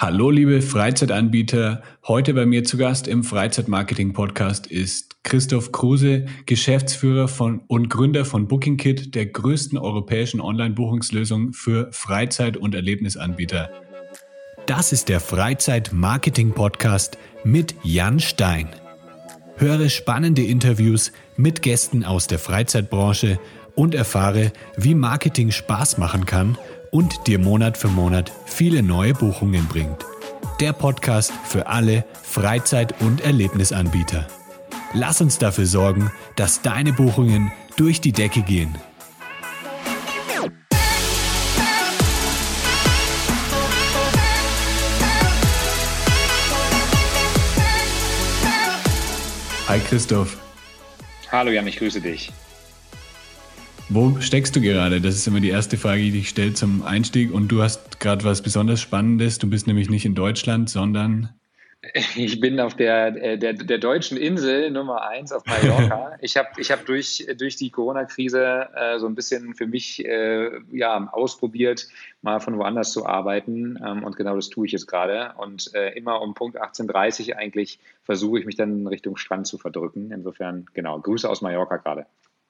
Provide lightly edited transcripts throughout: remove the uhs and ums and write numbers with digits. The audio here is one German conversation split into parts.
Hallo liebe Freizeitanbieter, heute bei mir zu Gast im Freizeitmarketing-Podcast ist Christoph Kruse, Geschäftsführer und Gründer von BookingKit, der größten europäischen Online-Buchungslösung für Freizeit- und Erlebnisanbieter. Das ist der Freizeit-Marketing-Podcast mit Jan Stein. Höre spannende Interviews mit Gästen aus der Freizeitbranche und erfahre, wie Marketing Spaß machen kann und dir Monat für Monat viele neue Buchungen bringt. Der Podcast für alle Freizeit- und Erlebnisanbieter. Lass uns dafür sorgen, dass deine Buchungen durch die Decke gehen. Hi Christoph. Hallo Jan, ich grüße dich. Wo steckst du gerade? Das ist immer die erste Frage, die ich stelle zum Einstieg. Und du hast gerade was besonders Spannendes. Du bist nämlich nicht in Deutschland, sondern... Ich bin auf der deutschen Insel Nummer 1 auf Mallorca. Ich hab durch die Corona-Krise so ein bisschen für mich ausprobiert, mal von woanders zu arbeiten. Und genau das tue ich jetzt gerade. Und immer um Punkt 18:30 Uhr eigentlich versuche ich mich dann Richtung Strand zu verdrücken. Insofern, genau, Grüße aus Mallorca gerade.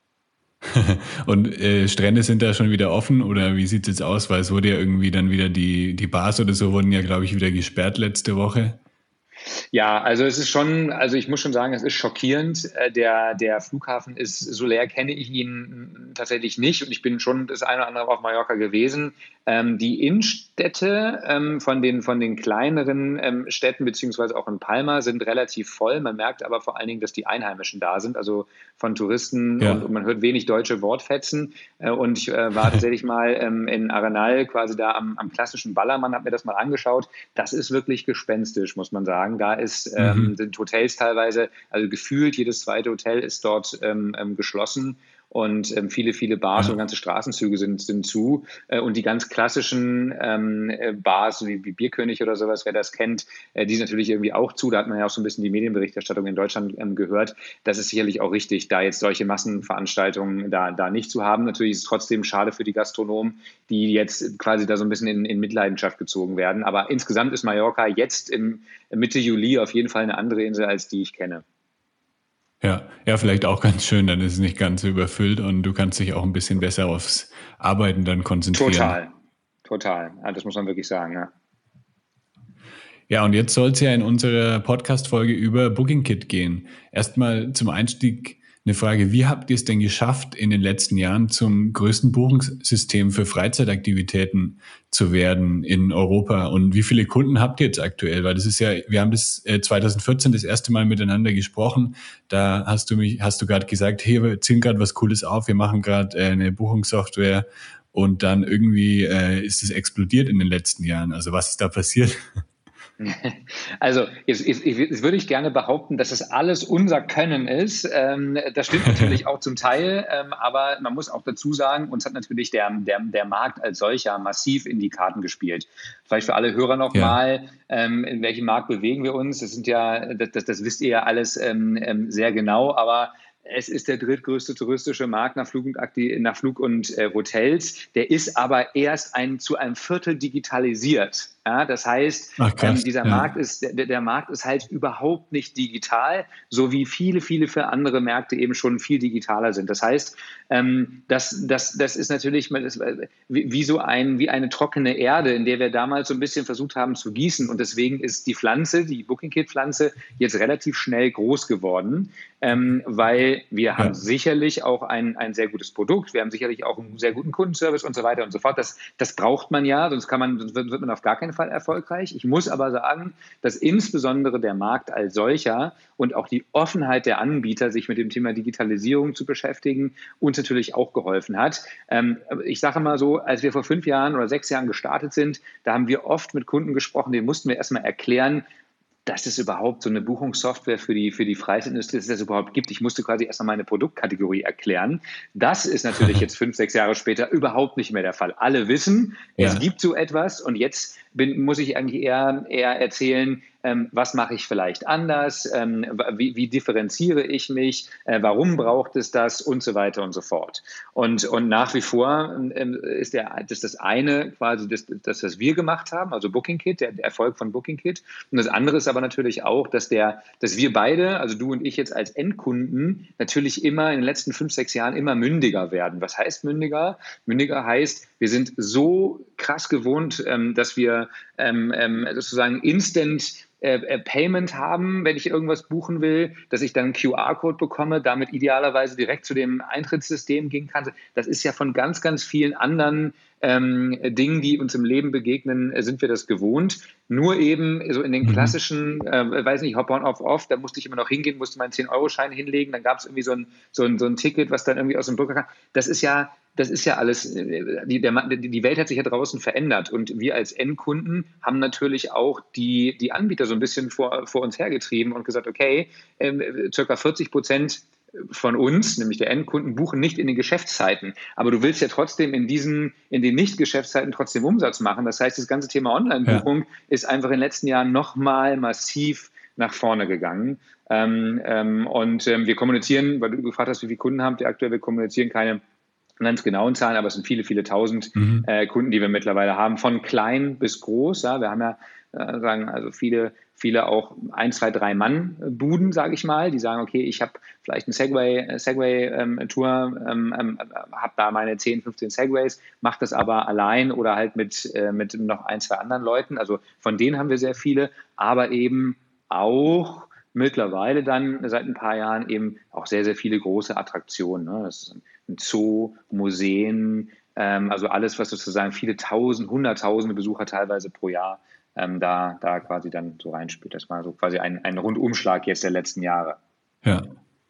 Und Strände sind da schon wieder offen oder wie sieht es jetzt aus? Weil es wurde ja irgendwie dann wieder die Bars oder so wurden ja, glaube ich, wieder gesperrt letzte Woche. Ja, also es ist schon, also ich muss schon sagen, es ist schockierend. Der Flughafen ist, so leer kenne ich ihn tatsächlich nicht und ich bin schon das eine oder andere auf Mallorca gewesen. Die Innenstädte von den kleineren Städten beziehungsweise auch in Palma sind relativ voll. Man merkt aber vor allen Dingen, dass die Einheimischen da sind, also von Touristen und man hört wenig deutsche Wortfetzen. Und ich war tatsächlich mal in Arenal, quasi da am klassischen Ballermann, habe mir das mal angeschaut. Das ist wirklich gespenstisch, muss man sagen. Da sind Hotels teilweise, also gefühlt jedes zweite Hotel ist dort geschlossen. Und viele Bars und ganze Straßenzüge sind zu. Und die ganz klassischen Bars, wie Bierkönig oder sowas, wer das kennt, die sind natürlich irgendwie auch zu. Da hat man ja auch so ein bisschen die Medienberichterstattung in Deutschland gehört. Das ist sicherlich auch richtig, da jetzt solche Massenveranstaltungen da nicht zu haben. Natürlich ist es trotzdem schade für die Gastronomen, die jetzt quasi da so ein bisschen in Mitleidenschaft gezogen werden. Aber insgesamt ist Mallorca jetzt Mitte Juli auf jeden Fall eine andere Insel, als die ich kenne. Ja, vielleicht auch ganz schön, dann ist es nicht ganz so überfüllt und du kannst dich auch ein bisschen besser aufs Arbeiten dann konzentrieren. Total. Also das muss man wirklich sagen, ja. Ja, und jetzt soll es ja in unserer Podcast-Folge über BookingKit gehen. Erstmal zum Einstieg eine Frage, wie habt ihr es denn geschafft, in den letzten Jahren zum größten Buchungssystem für Freizeitaktivitäten zu werden in Europa? Und wie viele Kunden habt ihr jetzt aktuell? Weil das ist ja, wir haben das 2014 das erste Mal miteinander gesprochen. Da hast du gerade gesagt, hey, wir ziehen gerade was Cooles auf, wir machen gerade eine Buchungssoftware und dann irgendwie ist es explodiert in den letzten Jahren. Also was ist da passiert? Also jetzt würde ich gerne behaupten, dass das alles unser Können ist. Das stimmt natürlich auch zum Teil, aber man muss auch dazu sagen, uns hat natürlich der Markt als solcher massiv in die Karten gespielt. Vielleicht für alle Hörer nochmal, in welchem Markt bewegen wir uns? Das sind ja, das wisst ihr ja alles sehr genau, aber es ist der drittgrößte touristische Markt nach Flug und Hotels. Der ist aber erst zu einem Viertel digitalisiert. Ja, das heißt, der Markt ist halt überhaupt nicht digital, so wie viele für andere Märkte eben schon viel digitaler sind. Das heißt, das ist natürlich wie eine trockene Erde, in der wir damals so ein bisschen versucht haben zu gießen. Und deswegen ist die BookingKit-Pflanze, jetzt relativ schnell groß geworden, weil wir haben sicherlich auch ein sehr gutes Produkt, wir haben sicherlich auch einen sehr guten Kundenservice und so weiter und so fort. Das braucht man ja, sonst wird man auf gar keinen Fall erfolgreich. Ich muss aber sagen, dass insbesondere der Markt als solcher und auch die Offenheit der Anbieter, sich mit dem Thema Digitalisierung zu beschäftigen, uns natürlich auch geholfen hat. Ich sage mal so, als wir vor 5 Jahren oder 6 Jahren gestartet sind, da haben wir oft mit Kunden gesprochen, denen mussten wir erstmal erklären, dass es überhaupt so eine Buchungssoftware für die Freizeitindustrie, dass es das überhaupt gibt. Ich musste quasi erstmal meine Produktkategorie erklären. Das ist natürlich jetzt 5, 6 Jahre später überhaupt nicht mehr der Fall. Alle wissen, es gibt so etwas und jetzt muss ich eigentlich eher erzählen, was mache ich vielleicht anders, wie differenziere ich mich, warum braucht es das und so weiter und so fort. Und nach wie vor ist das eine quasi das, was wir gemacht haben, also BookingKit, der Erfolg von BookingKit. Und das andere ist aber natürlich auch, dass wir beide, also du und ich jetzt als Endkunden, natürlich immer in den letzten 5, 6 Jahren immer mündiger werden. Was heißt mündiger? Mündiger heißt, wir sind so krass gewohnt, dass wir sozusagen Instant Payment haben, wenn ich irgendwas buchen will, dass ich dann einen QR-Code bekomme, damit idealerweise direkt zu dem Eintrittssystem gehen kann. Das ist ja von ganz, ganz vielen anderen Dingen, die uns im Leben begegnen, sind wir das gewohnt. Nur eben so in den klassischen, weiß nicht, Hop-on, Off-off, da musste ich immer noch hingehen, musste meinen 10-Euro-Schein hinlegen, dann gab es irgendwie so ein Ticket, was dann irgendwie aus dem Drucker kam. Das ist ja alles, die Welt hat sich ja draußen verändert und wir als Endkunden haben natürlich auch die Anbieter so ein bisschen vor uns hergetrieben und gesagt, okay, circa 40% von uns, nämlich der Endkunden, buchen nicht in den Geschäftszeiten. Aber du willst ja trotzdem in den Nicht-Geschäftszeiten trotzdem Umsatz machen. Das heißt, das ganze Thema Online-Buchung ist einfach in den letzten Jahren nochmal massiv nach vorne gegangen. Wir kommunizieren, weil du gefragt hast, wie viele Kunden habt ihr aktuell, wir kommunizieren keine ganz genauen Zahlen, aber es sind viele, viele tausend Kunden, die wir mittlerweile haben, von klein bis groß. Ja, wir haben ja also viele auch 1, 2, 3 Mann-Buden, sage ich mal, die sagen, okay, ich habe vielleicht eine Segway-Tour, habe da meine 10, 15 Segways, mache das aber allein oder halt mit noch 1, 2 anderen Leuten. Also von denen haben wir sehr viele, aber eben auch mittlerweile dann seit ein paar Jahren eben auch sehr, sehr viele große Attraktionen. Ne? Das ist ein Zoo, Museen, also alles, was sozusagen viele Tausend, Hunderttausende Besucher teilweise pro Jahr da quasi dann so reinspielt. Das war so quasi ein Rundumschlag jetzt der letzten Jahre. Ja.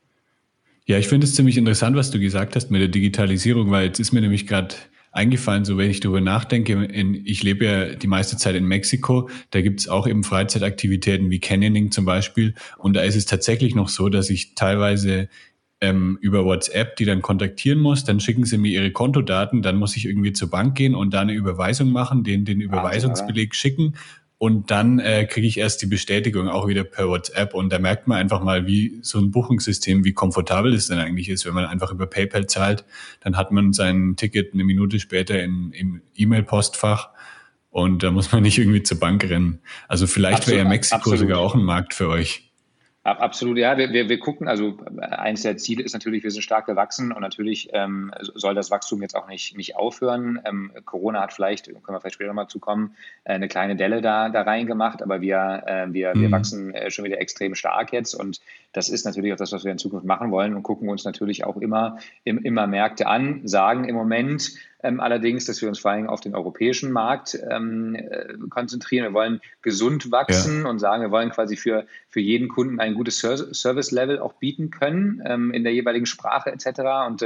Ja, ich finde es ziemlich interessant, was du gesagt hast mit der Digitalisierung, weil jetzt ist mir nämlich gerade eingefallen, so wenn ich darüber nachdenke, ich lebe ja die meiste Zeit in Mexiko, da gibt es auch eben Freizeitaktivitäten wie Canyoning zum Beispiel und da ist es tatsächlich noch so, dass ich teilweise über WhatsApp die dann kontaktieren muss, dann schicken sie mir ihre Kontodaten, dann muss ich irgendwie zur Bank gehen und da eine Überweisung machen, den Überweisungsbeleg schicken und dann kriege ich erst die Bestätigung auch wieder per WhatsApp und da merkt man einfach mal, wie so ein Buchungssystem, wie komfortabel es denn eigentlich ist, wenn man einfach über PayPal zahlt, dann hat man sein Ticket eine Minute später im E-Mail-Postfach und da muss man nicht irgendwie zur Bank rennen. Also vielleicht wäre ja Mexiko sogar auch ein Markt für euch. Absolut, ja. Wir gucken, also eins der Ziele ist natürlich, wir sind stark gewachsen und natürlich soll das Wachstum jetzt auch nicht aufhören. Corona hat vielleicht, können wir vielleicht später nochmal zukommen, eine kleine Delle da reingemacht, aber wir wachsen schon wieder extrem stark jetzt und das ist natürlich auch das, was wir in Zukunft machen wollen und gucken uns natürlich auch immer Märkte an, sagen im Moment allerdings, dass wir uns vor allem auf den europäischen Markt konzentrieren. Wir wollen gesund wachsen und sagen, wir wollen quasi für jeden Kunden ein gutes Service-Level auch bieten können in der jeweiligen Sprache etc. Und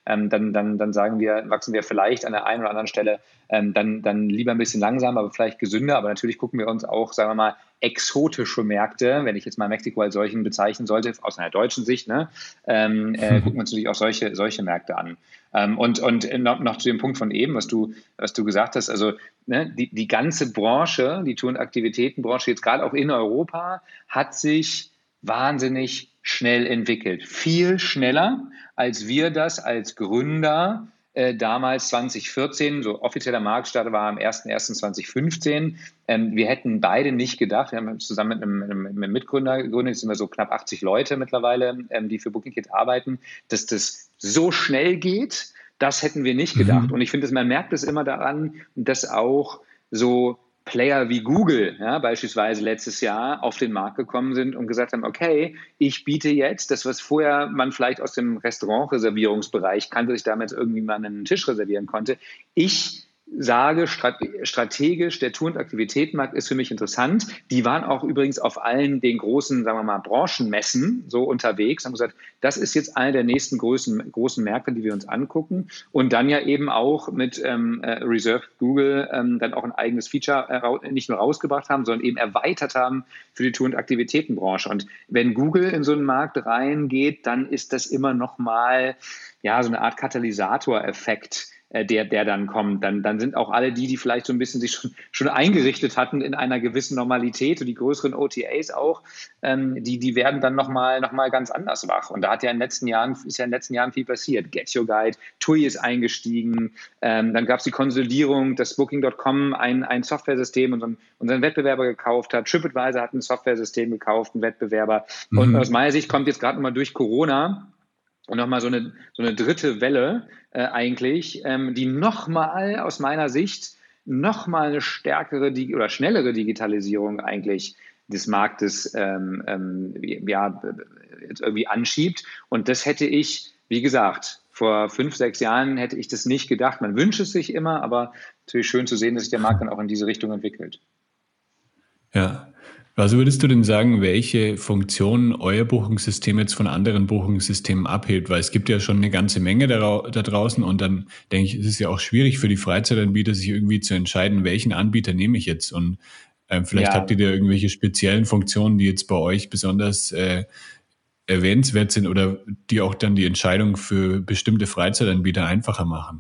dann sagen wir, wachsen wir vielleicht an der einen oder anderen Stelle dann lieber ein bisschen langsamer, aber vielleicht gesünder. Aber natürlich gucken wir uns auch, sagen wir mal, exotische Märkte, wenn ich jetzt mal Mexiko als solchen bezeichnen sollte, aus einer deutschen Sicht, gucken wir uns natürlich auch solche Märkte an. Und noch zu dem Punkt von eben, was du gesagt hast, also die ganze Branche, die Tour- und Aktivitätenbranche, jetzt gerade auch in Europa, hat sich wahnsinnig schnell entwickelt. Viel schneller, als wir das als Gründer damals 2014, so offizieller Marktstart war am 01.01.2015. Wir hätten beide nicht gedacht, wir haben zusammen mit einem Mitgründer gegründet, jetzt sind wir so knapp 80 Leute mittlerweile, die für BookingKit arbeiten, dass das so schnell geht, das hätten wir nicht gedacht. Und ich finde, man merkt es immer daran, dass auch so Player wie Google beispielsweise letztes Jahr auf den Markt gekommen sind und gesagt haben, okay, ich biete jetzt das, was vorher man vielleicht aus dem Restaurantreservierungsbereich kannte, sich damit irgendwie mal einen Tisch reservieren konnte. Ich sage strategisch, der Tour- und Aktivitätenmarkt ist für mich interessant. Die waren auch übrigens auf allen den großen, sagen wir mal, Branchenmessen so unterwegs, haben gesagt, das ist jetzt einer der nächsten großen Märkte, die wir uns angucken. Und dann ja eben auch mit Reserved Google dann auch ein eigenes Feature nicht nur rausgebracht haben, sondern eben erweitert haben für die Tour- und Aktivitätenbranche. Und wenn Google in so einen Markt reingeht, dann ist das immer noch mal so eine Art Katalysatoreffekt, der dann kommt. Dann sind auch alle die vielleicht so ein bisschen sich schon eingerichtet hatten in einer gewissen Normalität, und die größeren OTAs auch, die werden dann noch mal ganz anders wach. Und da ist ja in den letzten Jahren viel passiert. Get Your Guide, TUI ist eingestiegen, dann gab es die Konsolidierung, dass Booking.com ein Softwaresystem, unseren Wettbewerber gekauft hat. TripAdvisor hat ein Softwaresystem gekauft, ein Wettbewerber. Und aus meiner Sicht kommt jetzt gerade nochmal durch Corona und nochmal so eine dritte Welle eigentlich, die nochmal aus meiner Sicht nochmal eine stärkere oder schnellere Digitalisierung eigentlich des Marktes jetzt irgendwie anschiebt. Und das hätte ich, wie gesagt, vor 5, 6 Jahren hätte ich das nicht gedacht. Man wünscht es sich immer, aber natürlich schön zu sehen, dass sich der Markt dann auch in diese Richtung entwickelt. Ja. Was würdest du denn sagen, welche Funktionen euer Buchungssystem jetzt von anderen Buchungssystemen abhebt? Weil es gibt ja schon eine ganze Menge da draußen, und dann denke ich, es ist ja auch schwierig für die Freizeitanbieter, sich irgendwie zu entscheiden, welchen Anbieter nehme ich jetzt. Und vielleicht habt ihr da irgendwelche speziellen Funktionen, die jetzt bei euch besonders erwähnenswert sind oder die auch dann die Entscheidung für bestimmte Freizeitanbieter einfacher machen.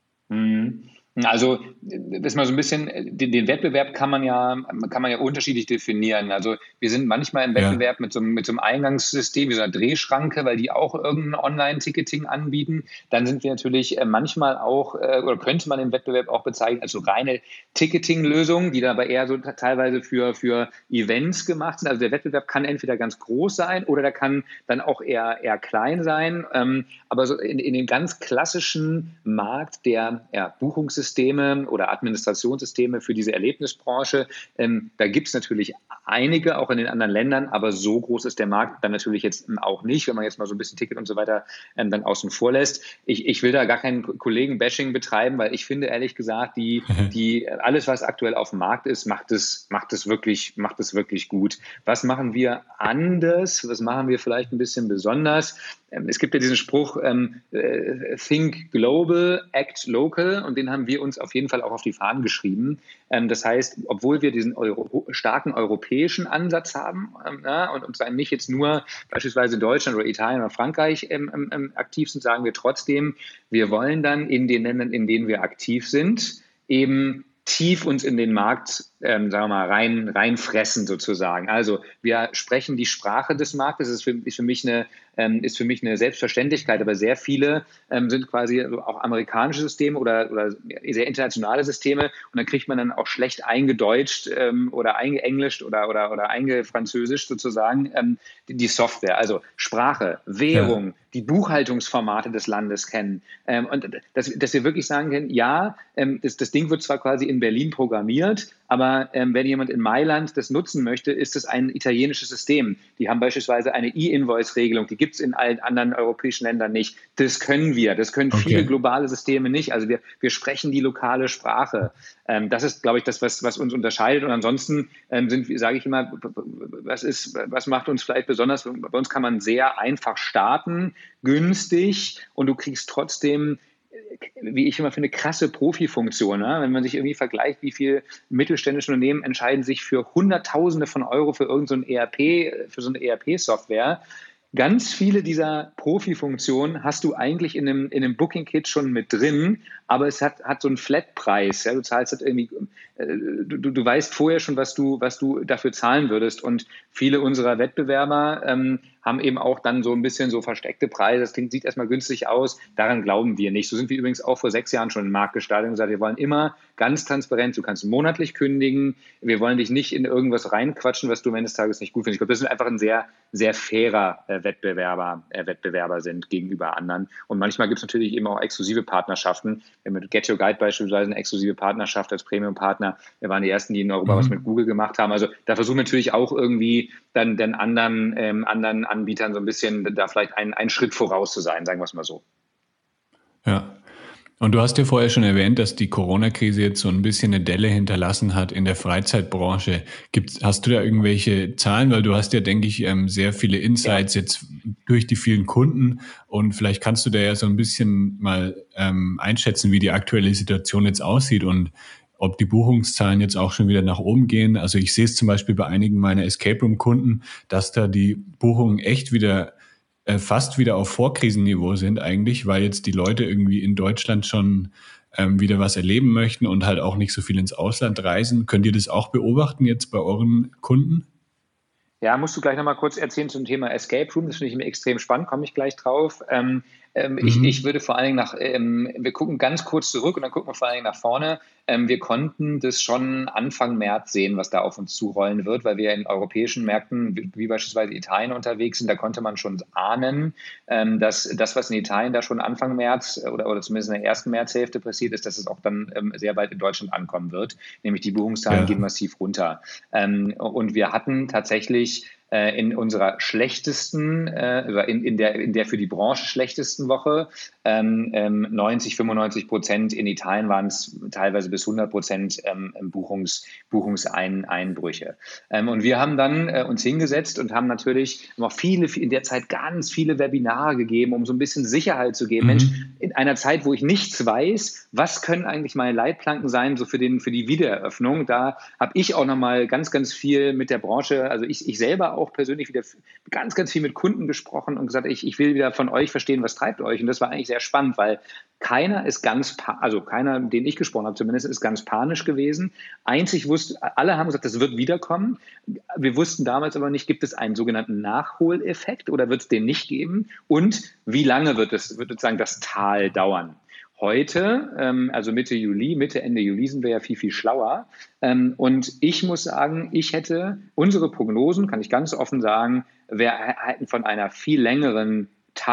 Also, das mal so ein bisschen, den Wettbewerb kann man ja unterschiedlich definieren. Also, wir sind manchmal im Wettbewerb mit so einem Eingangssystem, wie so einer Drehschranke, weil die auch irgendein Online-Ticketing anbieten. Dann sind wir natürlich manchmal auch, oder könnte man den Wettbewerb auch bezeichnen als so reine Ticketing-Lösungen, die dann aber eher so teilweise für Events gemacht sind. Also, der Wettbewerb kann entweder ganz groß sein oder der kann dann auch eher klein sein. Aber so in dem ganz klassischen Markt der Buchungssysteme oder Administrationssysteme für diese Erlebnisbranche. Da gibt es natürlich einige, auch in den anderen Ländern, aber so groß ist der Markt dann natürlich jetzt auch nicht, wenn man jetzt mal so ein bisschen Ticket und so weiter dann außen vor lässt. Ich will da gar kein Kollegen-Bashing betreiben, weil ich finde, ehrlich gesagt, alles, was aktuell auf dem Markt ist, macht es wirklich gut. Was machen wir anders? Was machen wir vielleicht ein bisschen besonders? Es gibt ja diesen Spruch, Think Global, Act Local, und den haben wir uns auf jeden Fall auch auf die Fahnen geschrieben. Das heißt, obwohl wir diesen starken europäischen Ansatz haben und uns nicht jetzt nur beispielsweise Deutschland oder Italien oder Frankreich aktiv sind, sagen wir trotzdem, wir wollen dann in den Ländern, in denen wir aktiv sind, eben tief uns in den Markt, sagen wir mal, reinfressen sozusagen. Also wir sprechen die Sprache des Marktes, ist für mich eine Selbstverständlichkeit, aber sehr viele sind quasi auch amerikanische Systeme oder sehr internationale Systeme, und dann kriegt man dann auch schlecht eingedeutscht oder eingeenglischt oder eingefranzösischt sozusagen die Software. Also Sprache, Währung, die Buchhaltungsformate des Landes kennen, und dass wir wirklich sagen können, das Ding wird zwar quasi in Berlin programmiert, aber wenn jemand in Mailand das nutzen möchte, ist es ein italienisches System. Die haben beispielsweise eine E-Invoice-Regelung, die gibt es in allen anderen europäischen Ländern nicht. Das können wir. Das können viele globale Systeme nicht. Also wir sprechen die lokale Sprache. Das ist, glaube ich, das, was uns unterscheidet. Und ansonsten sage ich immer, was macht uns vielleicht besonders? Bei uns kann man sehr einfach starten, günstig, und du kriegst trotzdem, wie ich immer finde, krasse Profifunktion. Ne? Wenn man sich irgendwie vergleicht, wie viele mittelständische Unternehmen entscheiden sich für Hunderttausende von Euro für irgendein für so eine ERP-Software. Ganz viele dieser Profifunktionen hast du eigentlich in einem Booking-Kit schon mit drin, aber es hat so einen Flatpreis. Ja? Du zahlst halt irgendwie, du weißt vorher schon, was du dafür zahlen würdest. Und viele unserer Wettbewerber haben eben auch dann so ein bisschen so versteckte Preise. Das sieht erstmal günstig aus. Daran glauben wir nicht. So sind wir übrigens auch vor 6 Jahren schon im Markt gestartet und gesagt, wir wollen immer ganz transparent. Du kannst monatlich kündigen. Wir wollen dich nicht in irgendwas reinquatschen, was du am Ende des Tages nicht gut findest. Ich glaube, das ist einfach ein sehr, sehr fairer Wettbewerber sind gegenüber anderen. Und manchmal gibt es natürlich eben auch exklusive Partnerschaften. Wir haben mit Get Your Guide beispielsweise eine exklusive Partnerschaft als Premium-Partner. Wir waren die ersten, die in Europa was mit Google gemacht haben. Also da versuchen wir natürlich auch irgendwie dann den anderen Anbietern so ein bisschen da vielleicht einen Schritt voraus zu sein, sagen wir es mal so. Ja. Und du hast ja vorher schon erwähnt, dass die Corona-Krise jetzt so ein bisschen eine Delle hinterlassen hat in der Freizeitbranche. Hast du da irgendwelche Zahlen? Weil du hast ja, denke ich, sehr viele Insights jetzt durch die vielen Kunden, und vielleicht kannst du da ja so ein bisschen mal einschätzen, wie die aktuelle Situation jetzt aussieht und ob die Buchungszahlen jetzt auch schon wieder nach oben gehen. Also ich sehe es zum Beispiel bei einigen meiner Escape Room-Kunden, dass da die Buchungen echt wieder fast wieder auf Vorkrisenniveau sind eigentlich, weil jetzt die Leute irgendwie in Deutschland schon wieder was erleben möchten und halt auch nicht so viel ins Ausland reisen. Könnt ihr das auch beobachten jetzt bei euren Kunden? Ja, musst du gleich nochmal kurz erzählen zum Thema Escape Room. Das finde ich mir extrem spannend, komme ich gleich drauf. Ich würde vor allen Dingen wir gucken ganz kurz zurück und dann gucken wir vor allen Dingen nach vorne. Wir konnten das schon Anfang März sehen, was da auf uns zurollen wird, weil wir in europäischen Märkten, wie beispielsweise Italien unterwegs sind, da konnte man schon ahnen, dass das, was in Italien da schon Anfang März oder zumindest in der ersten Märzhälfte passiert ist, dass es auch dann sehr bald in Deutschland ankommen wird. Nämlich die Buchungszahlen gehen massiv runter. Und wir hatten tatsächlich in unserer schlechtesten, in der für die Branche schlechtesten Woche 90-95%. In Italien waren es teilweise bis 100% Buchungseinbrüche. Und wir haben dann uns hingesetzt und haben natürlich auch in der Zeit ganz viele Webinare gegeben, um so ein bisschen Sicherheit zu geben. Mensch, in einer Zeit, wo ich nichts weiß, was können eigentlich meine Leitplanken sein, so für die Wiedereröffnung? Da habe ich auch nochmal ganz, ganz viel mit der Branche, also ich selber auch persönlich wieder ganz, ganz viel mit Kunden gesprochen und gesagt, ich will wieder von euch verstehen, was treibt euch. Und das war eigentlich sehr spannend, weil keiner, den ich gesprochen habe zumindest, ist ganz panisch gewesen. Alle haben gesagt, das wird wiederkommen. Wir wussten damals aber nicht, gibt es einen sogenannten Nachholeffekt oder wird es den nicht geben? Und wie lange wird sozusagen das Tal dauern? Heute, also Ende Juli sind wir ja viel, viel schlauer. Und ich muss sagen, unsere Prognosen, kann ich ganz offen sagen, wir sind von einer viel längeren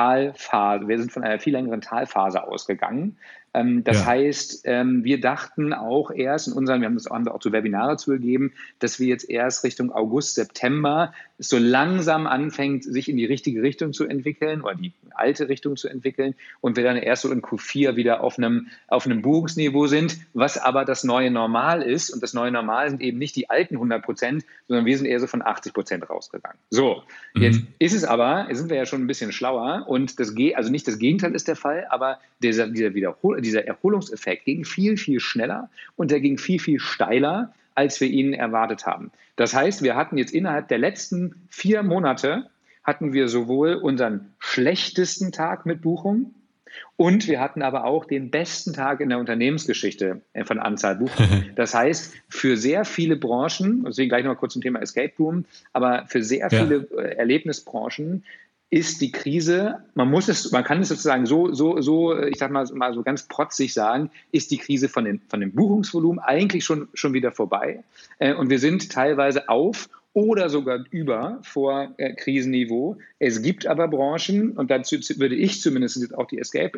Talphase ausgegangen. Das heißt, wir dachten auch erst haben wir auch zu Webinare zugegeben, dass wir jetzt erst Richtung August, September so langsam anfängt, sich in die richtige Richtung zu entwickeln oder die alte Richtung zu entwickeln und wir dann erst so in Q4 wieder auf einem Buchungsniveau sind, was aber das neue Normal ist. Und das neue Normal sind eben nicht die alten 100%, sondern wir sind eher so von 80% rausgegangen. So, jetzt sind wir ja schon ein bisschen schlauer und also nicht das Gegenteil ist der Fall, aber dieser Erholungseffekt ging viel, viel schneller und der ging viel, viel steiler, als wir ihn erwartet haben. Das heißt, wir hatten jetzt innerhalb der letzten 4 Monate hatten wir sowohl unseren schlechtesten Tag mit Buchungen und wir hatten aber auch den besten Tag in der Unternehmensgeschichte von Anzahl Buchungen. Das heißt, für sehr viele Branchen, deswegen gleich noch mal kurz zum Thema Escape Room, aber für sehr viele Erlebnisbranchen ist die Krise, man kann es sozusagen ich sag mal so ganz protzig sagen, ist die Krise von dem Buchungsvolumen eigentlich schon wieder vorbei. Und wir sind teilweise auf oder sogar über vor Krisenniveau. Es gibt aber Branchen, und dazu würde ich zumindest auch die Escape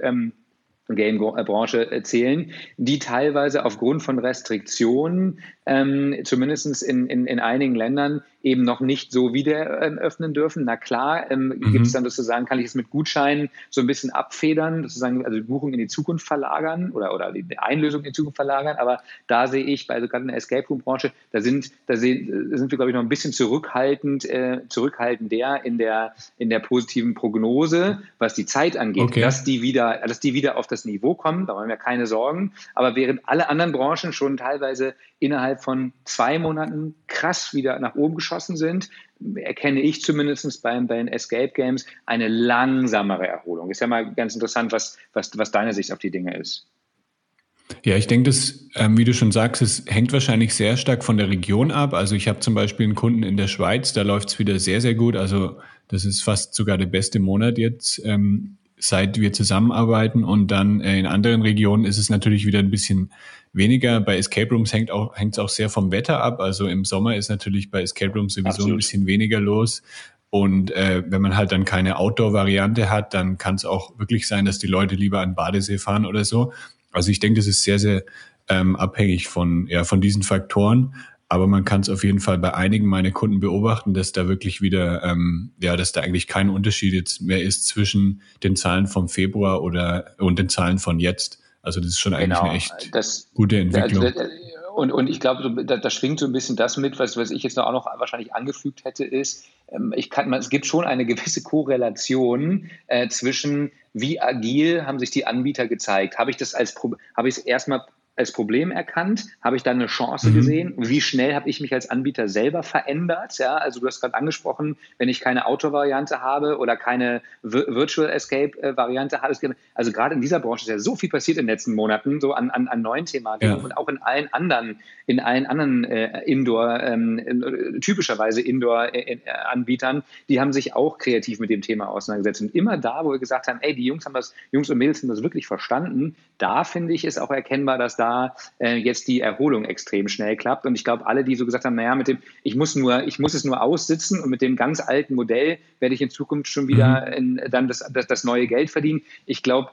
Game-Branche zählen, die teilweise aufgrund von Restriktionen, zumindest in einigen Ländern, eben noch nicht so wieder öffnen dürfen. Na klar, gibt es dann sozusagen, kann ich es mit Gutscheinen so ein bisschen abfedern, sozusagen, also die Buchung in die Zukunft verlagern oder die Einlösung in die Zukunft verlagern. Aber da sehe ich, gerade in der Escape Room Branche, da sind wir, glaube ich, noch ein bisschen zurückhaltender in der positiven Prognose, was die Zeit angeht, dass die wieder auf das Niveau kommen. Da haben wir keine Sorgen. Aber während alle anderen Branchen schon teilweise innerhalb von 2 Monaten krass wieder nach oben geschossen sind, erkenne ich zumindest bei den Escape Games eine langsamere Erholung. Ist ja mal ganz interessant, was deine Sicht auf die Dinge ist. Ja, ich denke, das, wie du schon sagst, es hängt wahrscheinlich sehr stark von der Region ab. Also ich habe zum Beispiel einen Kunden in der Schweiz, da läuft es wieder sehr, sehr gut. Also das ist fast sogar der beste Monat jetzt, seit wir zusammenarbeiten. Und dann in anderen Regionen ist es natürlich wieder ein bisschen weniger. Bei Escape Rooms hängt es auch sehr vom Wetter ab. Also im Sommer ist natürlich bei Escape Rooms sowieso ein bisschen weniger los. Und wenn man halt dann keine Outdoor-Variante hat, dann kann es auch wirklich sein, dass die Leute lieber an den Badesee fahren oder so. Also ich denke, das ist sehr, sehr abhängig von diesen Faktoren. Aber man kann es auf jeden Fall bei einigen meiner Kunden beobachten, dass da wirklich wieder, dass da eigentlich kein Unterschied jetzt mehr ist zwischen den Zahlen vom Februar und den Zahlen von jetzt. Also das ist schon eigentlich eine echt gute Entwicklung. Und ich glaube, da schwingt so ein bisschen das mit, was ich jetzt auch noch wahrscheinlich angefügt hätte, ist, es gibt schon eine gewisse Korrelation zwischen, wie agil haben sich die Anbieter gezeigt. Habe ich es erstmal als Problem erkannt? Habe ich da eine Chance gesehen? Wie schnell habe ich mich als Anbieter selber verändert? Ja, also du hast gerade angesprochen, wenn ich keine Auto-Variante habe oder keine Virtual Escape-Variante habe. Also gerade in dieser Branche ist ja so viel passiert in den letzten Monaten, so an neuen Thematiken und auch in allen anderen Indoor, typischerweise Indoor-Anbietern, die haben sich auch kreativ mit dem Thema auseinandergesetzt. Und immer da, wo wir gesagt haben, ey, die Jungs und Mädels haben das wirklich verstanden, da finde ich, ist auch erkennbar, dass da jetzt die Erholung extrem schnell klappt. Und ich glaube, alle, die so gesagt haben, naja, ich muss es nur aussitzen und mit dem ganz alten Modell werde ich in Zukunft schon wieder dann das neue Geld verdienen. Ich glaube,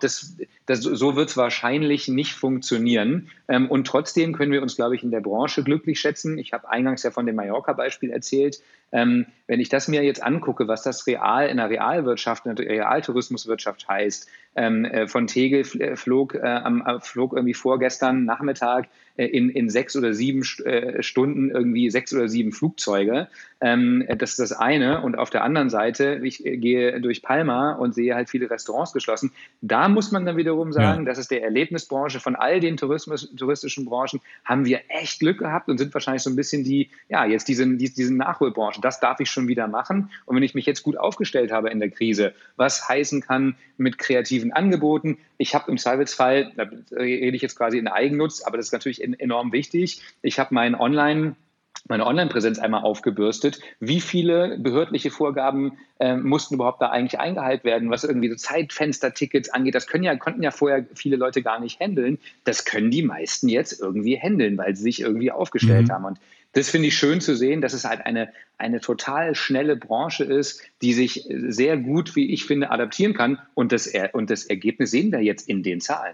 so wird es wahrscheinlich nicht funktionieren. Und trotzdem können wir uns, glaube ich, in der Branche glücklich schätzen. Ich habe eingangs ja von dem Mallorca-Beispiel erzählt. Wenn ich das mir jetzt angucke, was das in der Realwirtschaft, in der Realtourismuswirtschaft heißt, von Tegel flog irgendwie vorgestern Nachmittag in 6 oder 7 Stunden irgendwie 6 oder 7 Flugzeuge. Das ist das eine. Und auf der anderen Seite, ich gehe durch Palma und sehe halt viele Restaurants geschlossen. Da muss man dann wiederum sagen, das ist der Erlebnisbranche von all den touristischen Branchen, haben wir echt Glück gehabt und sind wahrscheinlich so ein bisschen diesen Nachholbranchen. Das darf ich schon wieder machen. Und wenn ich mich jetzt gut aufgestellt habe in der Krise, was heißen kann mit kreativen Angeboten, ich habe im Zweifelsfall, da rede ich jetzt quasi in Eigennutz, aber das ist natürlich enorm wichtig, ich habe meine Online-Präsenz einmal aufgebürstet. Wie viele behördliche Vorgaben mussten überhaupt da eigentlich eingehalten werden, was irgendwie so Zeitfenster-Tickets angeht? Das konnten ja vorher viele Leute gar nicht handeln. Das können die meisten jetzt irgendwie handeln, weil sie sich irgendwie aufgestellt haben. Und das finde ich schön zu sehen, dass es halt eine total schnelle Branche ist, die sich sehr gut, wie ich finde, adaptieren kann. Und das Ergebnis sehen wir jetzt in den Zahlen.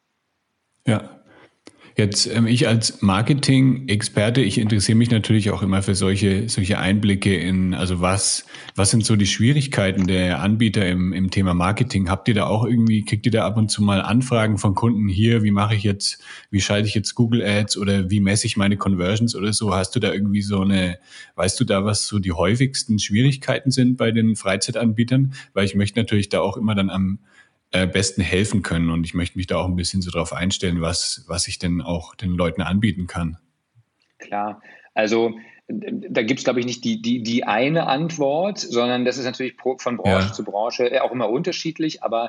Ja. Jetzt, ich als Marketing-Experte, ich interessiere mich natürlich auch immer für solche Einblicke in, also was sind so die Schwierigkeiten der Anbieter im Thema Marketing? Kriegt ihr da ab und zu mal Anfragen von Kunden hier, wie schalte ich jetzt Google Ads oder wie messe ich meine Conversions oder so? Hast du da irgendwie weißt du da, was so die häufigsten Schwierigkeiten sind bei den Freizeitanbietern? Weil ich möchte natürlich da auch immer dann am besten helfen können. Und ich möchte mich da auch ein bisschen so drauf einstellen, was ich denn auch den Leuten anbieten kann. Klar, also da gibt es, glaube ich, nicht die eine Antwort, sondern das ist natürlich von Branche zu Branche auch immer unterschiedlich. Aber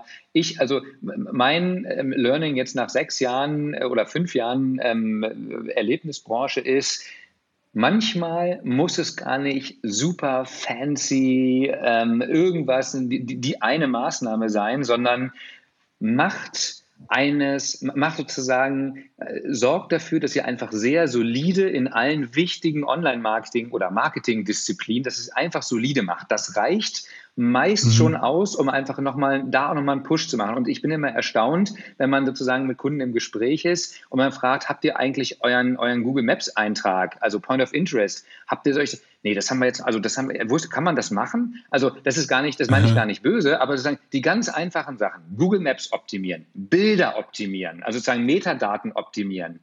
mein Learning jetzt nach 6 Jahren oder 5 Jahren Erlebnisbranche ist, manchmal muss es gar nicht super fancy irgendwas, die eine Maßnahme sein, sondern sorgt dafür, dass ihr einfach sehr solide in allen wichtigen Online-Marketing- oder Marketing-Disziplinen, dass es einfach solide macht. Das reicht meist schon aus, um einfach nochmal einen Push zu machen. Und ich bin immer erstaunt, wenn man sozusagen mit Kunden im Gespräch ist und man fragt, habt ihr eigentlich euren Google Maps Eintrag, also Point of Interest, habt ihr solche? Nee, das haben wir jetzt, kann man das machen? Also das ist das meine ich gar nicht böse, aber sozusagen die ganz einfachen Sachen, Google Maps optimieren, Bilder optimieren, also sozusagen Metadaten optimieren,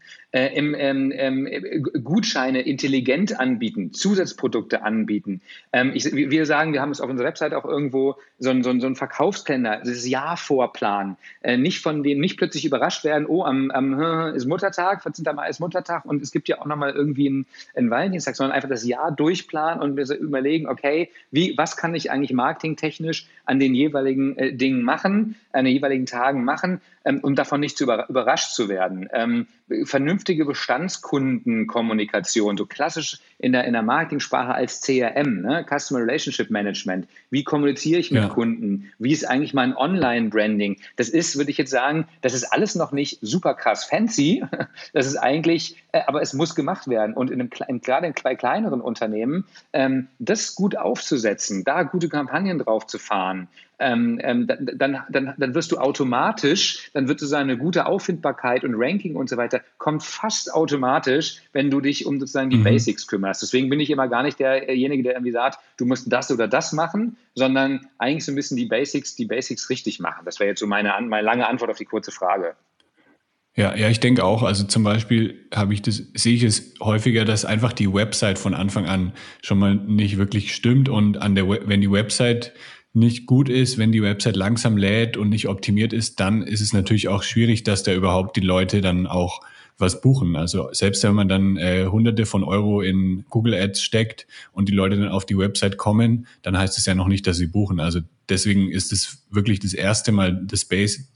Gutscheine intelligent anbieten, Zusatzprodukte anbieten. Wir sagen, wir haben es auf unserer Website auch irgendwo so ein Verkaufskalender, das ist Jahrvorplan. Nicht plötzlich überrascht werden, ist Muttertag, 14. Mai ist Muttertag und es gibt ja auch nochmal irgendwie einen Valentinstag, sondern einfach das Jahr durchplanen und wir überlegen, okay, was kann ich eigentlich marketingtechnisch an den jeweiligen Dingen machen, an den jeweiligen Tagen machen, um davon nicht überrascht zu werden. Vernünftige Bestandskundenkommunikation, so klassisch in der Marketingsprache als CRM, ne? Customer Relationship Management. Wie kommuniziere ich mit Kunden? Wie ist eigentlich mein Online-Branding? Würde ich jetzt sagen, das ist alles noch nicht super krass fancy. Das ist eigentlich, aber es muss gemacht werden. Und gerade bei kleineren Unternehmen, das gut aufzusetzen, da gute Kampagnen drauf zu fahren, dann wirst du automatisch, dann wird sozusagen eine gute Auffindbarkeit und Ranking und so weiter, kommt fast automatisch, wenn du dich um sozusagen die Basics kümmerst. Deswegen bin ich immer gar nicht derjenige, der irgendwie sagt, du musst das oder das machen, sondern eigentlich so ein bisschen die Basics richtig machen. Das wäre jetzt so meine lange Antwort auf die kurze Frage. Ja, ich denke auch. Also zum Beispiel sehe ich es häufiger, dass einfach die Website von Anfang an schon mal nicht wirklich stimmt und wenn die Website nicht gut ist, wenn die Website langsam lädt und nicht optimiert ist, dann ist es natürlich auch schwierig, dass da überhaupt die Leute dann auch was buchen. Also selbst wenn man dann Hunderte von Euro in Google Ads steckt und die Leute dann auf die Website kommen, dann heißt es ja noch nicht, dass sie buchen. Also deswegen ist es wirklich das erste Mal das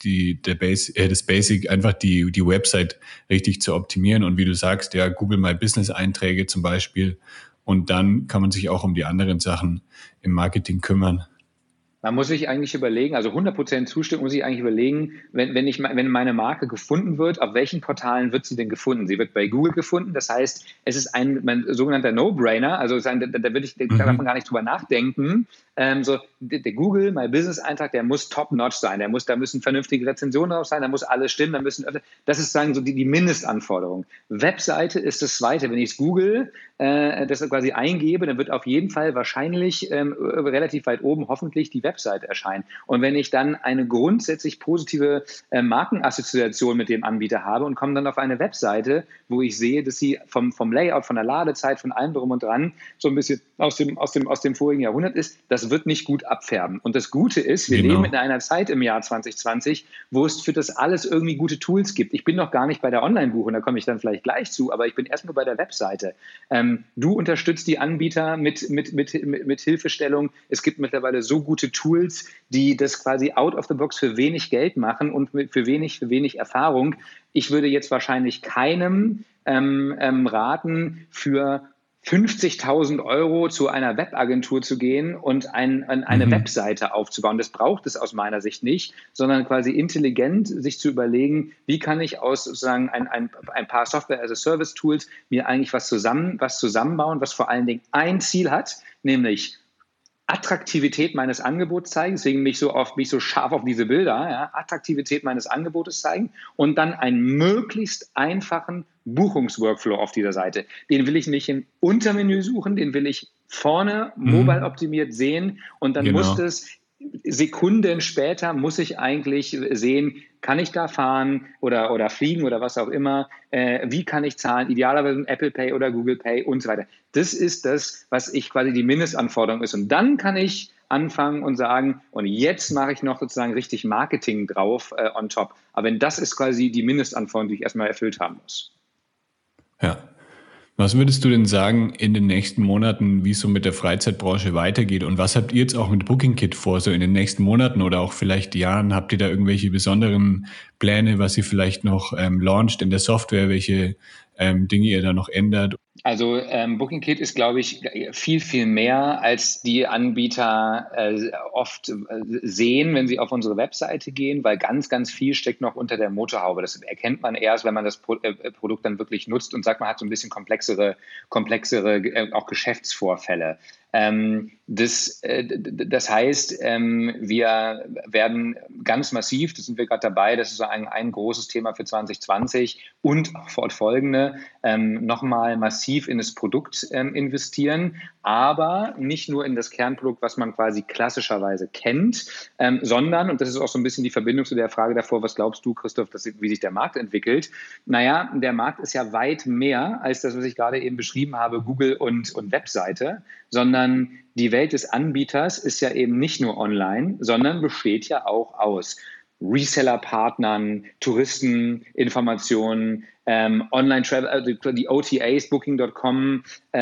Basic, einfach die Website richtig zu optimieren. Und wie du sagst, ja, Google My Business Einträge zum Beispiel. Und dann kann man sich auch um die anderen Sachen im Marketing kümmern. Man muss sich eigentlich überlegen, also 100% Zustimmung, muss ich eigentlich überlegen, wenn meine Marke gefunden wird, auf welchen Portalen wird sie denn gefunden? Sie wird bei Google gefunden, das heißt, es ist ein sogenannter No-Brainer, also da darf man gar nicht drüber nachdenken. Der Google My Business Eintrag, der muss top-notch sein, da müssen vernünftige Rezensionen drauf sein, da muss alles stimmen, das ist sagen so die Mindestanforderung. Webseite ist das Zweite, wenn ich es Google das quasi eingebe, dann wird auf jeden Fall wahrscheinlich relativ weit oben hoffentlich die Webseite erscheinen. Und wenn ich dann eine grundsätzlich positive Markenassoziation mit dem Anbieter habe und komme dann auf eine Webseite, wo ich sehe, dass sie vom Layout, von der Ladezeit, von allem drum und dran so ein bisschen aus dem vorigen Jahrhundert ist, das wird nicht gut abfärben. Und das Gute ist, wir leben in einer Zeit im Jahr 2020, wo es für das alles irgendwie gute Tools gibt. Ich bin noch gar nicht bei der Online-Buchung, da komme ich dann vielleicht gleich zu, aber ich bin erst nur bei der Webseite. Du unterstützt die Anbieter mit Hilfestellung. Es gibt mittlerweile so gute Tools, die das quasi out of the box für wenig Geld machen und für wenig Erfahrung. Ich würde jetzt wahrscheinlich keinem raten, für 50.000 Euro zu einer Webagentur zu gehen und eine Webseite aufzubauen. Das braucht es aus meiner Sicht nicht, sondern quasi intelligent sich zu überlegen, wie kann ich aus sozusagen ein paar Software-as-a-Service-Tools mir eigentlich was zusammenbauen, was vor allen Dingen ein Ziel hat, nämlich Attraktivität meines Angebots zeigen, deswegen bin ich so scharf auf diese Bilder, ja, Attraktivität meines Angebotes zeigen und dann einen möglichst einfachen Buchungsworkflow auf dieser Seite. Den will ich nicht im Untermenü suchen, den will ich vorne mobile optimiert sehen und dann muss das Sekunden später muss ich eigentlich sehen, kann ich da fahren oder fliegen oder was auch immer, wie kann ich zahlen, idealerweise Apple Pay oder Google Pay und so weiter. Das ist das, was ich quasi die Mindestanforderung ist. Und dann kann ich anfangen und sagen, und jetzt mache ich noch sozusagen richtig Marketing drauf on top. Aber wenn das ist quasi die Mindestanforderung, die ich erstmal erfüllt haben muss. Ja. Was würdest du denn sagen in den nächsten Monaten, wie es so mit der Freizeitbranche weitergeht? Und was habt ihr jetzt auch mit BookingKit vor, so in den nächsten Monaten oder auch vielleicht Jahren? Habt ihr da irgendwelche besonderen Pläne, was ihr vielleicht noch launcht in der Software, welche Dinge ihr da noch ändert? Also BookingKit ist, glaube ich, viel, viel mehr, als die Anbieter oft sehen, wenn sie auf unsere Webseite gehen, weil ganz, ganz viel steckt noch unter der Motorhaube. Das erkennt man erst, wenn man das Produkt dann wirklich nutzt und sagt, man hat so ein bisschen komplexere auch Geschäftsvorfälle. Das heißt, wir werden ganz massiv, das sind wir gerade dabei, das ist ein großes Thema für 2020 und auch fortfolgende, nochmal massiv in das Produkt investieren, aber nicht nur in das Kernprodukt, was man quasi klassischerweise kennt, sondern, und das ist auch so ein bisschen die Verbindung zu der Frage davor, was glaubst du, Christoph, wie sich der Markt entwickelt? Naja, der Markt ist ja weit mehr als das, was ich gerade eben beschrieben habe, Google und Webseite, sondern die Welt des Anbieters ist ja eben nicht nur online, sondern besteht ja auch aus Reseller-Partnern, Touristeninformationen, Online-Travel, die OTAs, Booking.com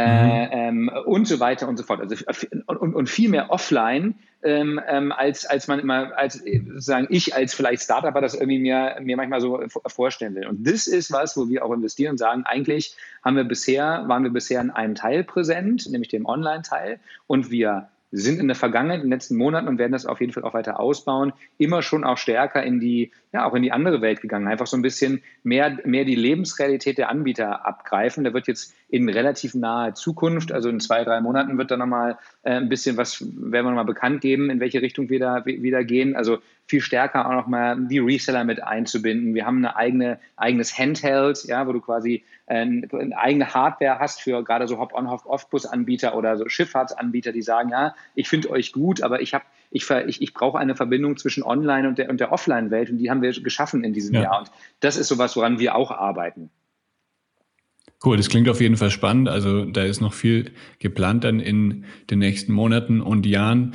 und so weiter und so fort. Also, und viel mehr offline, als man immer, als sozusagen ich als vielleicht Startup das irgendwie mir manchmal so vorstellen will. Und das ist was, wo wir auch investieren und sagen, eigentlich waren wir bisher in einem Teil präsent, nämlich dem Online-Teil, und wir sind in der Vergangenheit, in den letzten Monaten und werden das auf jeden Fall auch weiter ausbauen, immer schon auch stärker in die andere Welt gegangen. Einfach so ein bisschen mehr die Lebensrealität der Anbieter abgreifen. Da wird jetzt in relativ naher Zukunft, also in 2-3 Monaten wird da nochmal ein bisschen was, werden wir nochmal bekannt geben, in welche Richtung wir da wieder gehen. Also viel stärker auch nochmal die Reseller mit einzubinden. Wir haben eine eigenes Handheld, ja, wo du quasi eine eigene Hardware hast für gerade so Hop-on, Hop-off-Bus-Anbieter oder so Schifffahrtsanbieter, die sagen, ja, ich finde euch gut, aber ich brauche eine Verbindung zwischen Online und der Offline-Welt, und die haben wir geschaffen in diesem Jahr. Und das ist sowas, woran wir auch arbeiten. Cool, das klingt auf jeden Fall spannend. Also da ist noch viel geplant dann in den nächsten Monaten und Jahren.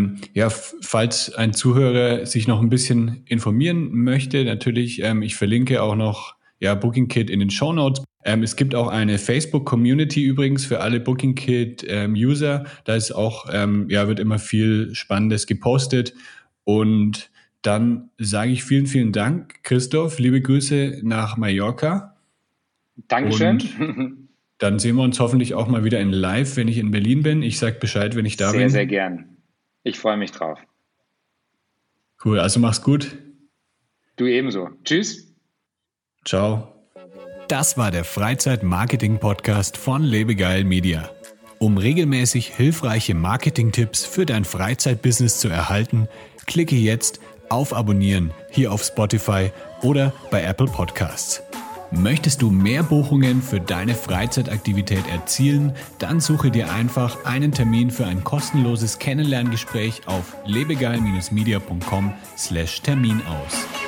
Falls ein Zuhörer sich noch ein bisschen informieren möchte, natürlich, ich verlinke auch noch BookingKit in den Shownotes. Es gibt auch eine Facebook-Community übrigens für alle BookingKit-User. Da ist auch, wird immer viel Spannendes gepostet. Und dann sage ich vielen, vielen Dank, Christoph. Liebe Grüße nach Mallorca. Dankeschön. Und dann sehen wir uns hoffentlich auch mal wieder in Live, wenn ich in Berlin bin. Ich sage Bescheid, wenn ich da bin. Sehr, sehr gern. Ich freue mich drauf. Cool, also mach's gut. Du ebenso. Tschüss. Ciao. Das war der Freizeit-Marketing-Podcast von Lebegeil Media. Um regelmäßig hilfreiche Marketing-Tipps für dein Freizeitbusiness zu erhalten, klicke jetzt auf Abonnieren hier auf Spotify oder bei Apple Podcasts. Möchtest du mehr Buchungen für deine Freizeitaktivität erzielen? Dann suche dir einfach einen Termin für ein kostenloses Kennenlerngespräch auf lebegeil-media.com/Termin aus.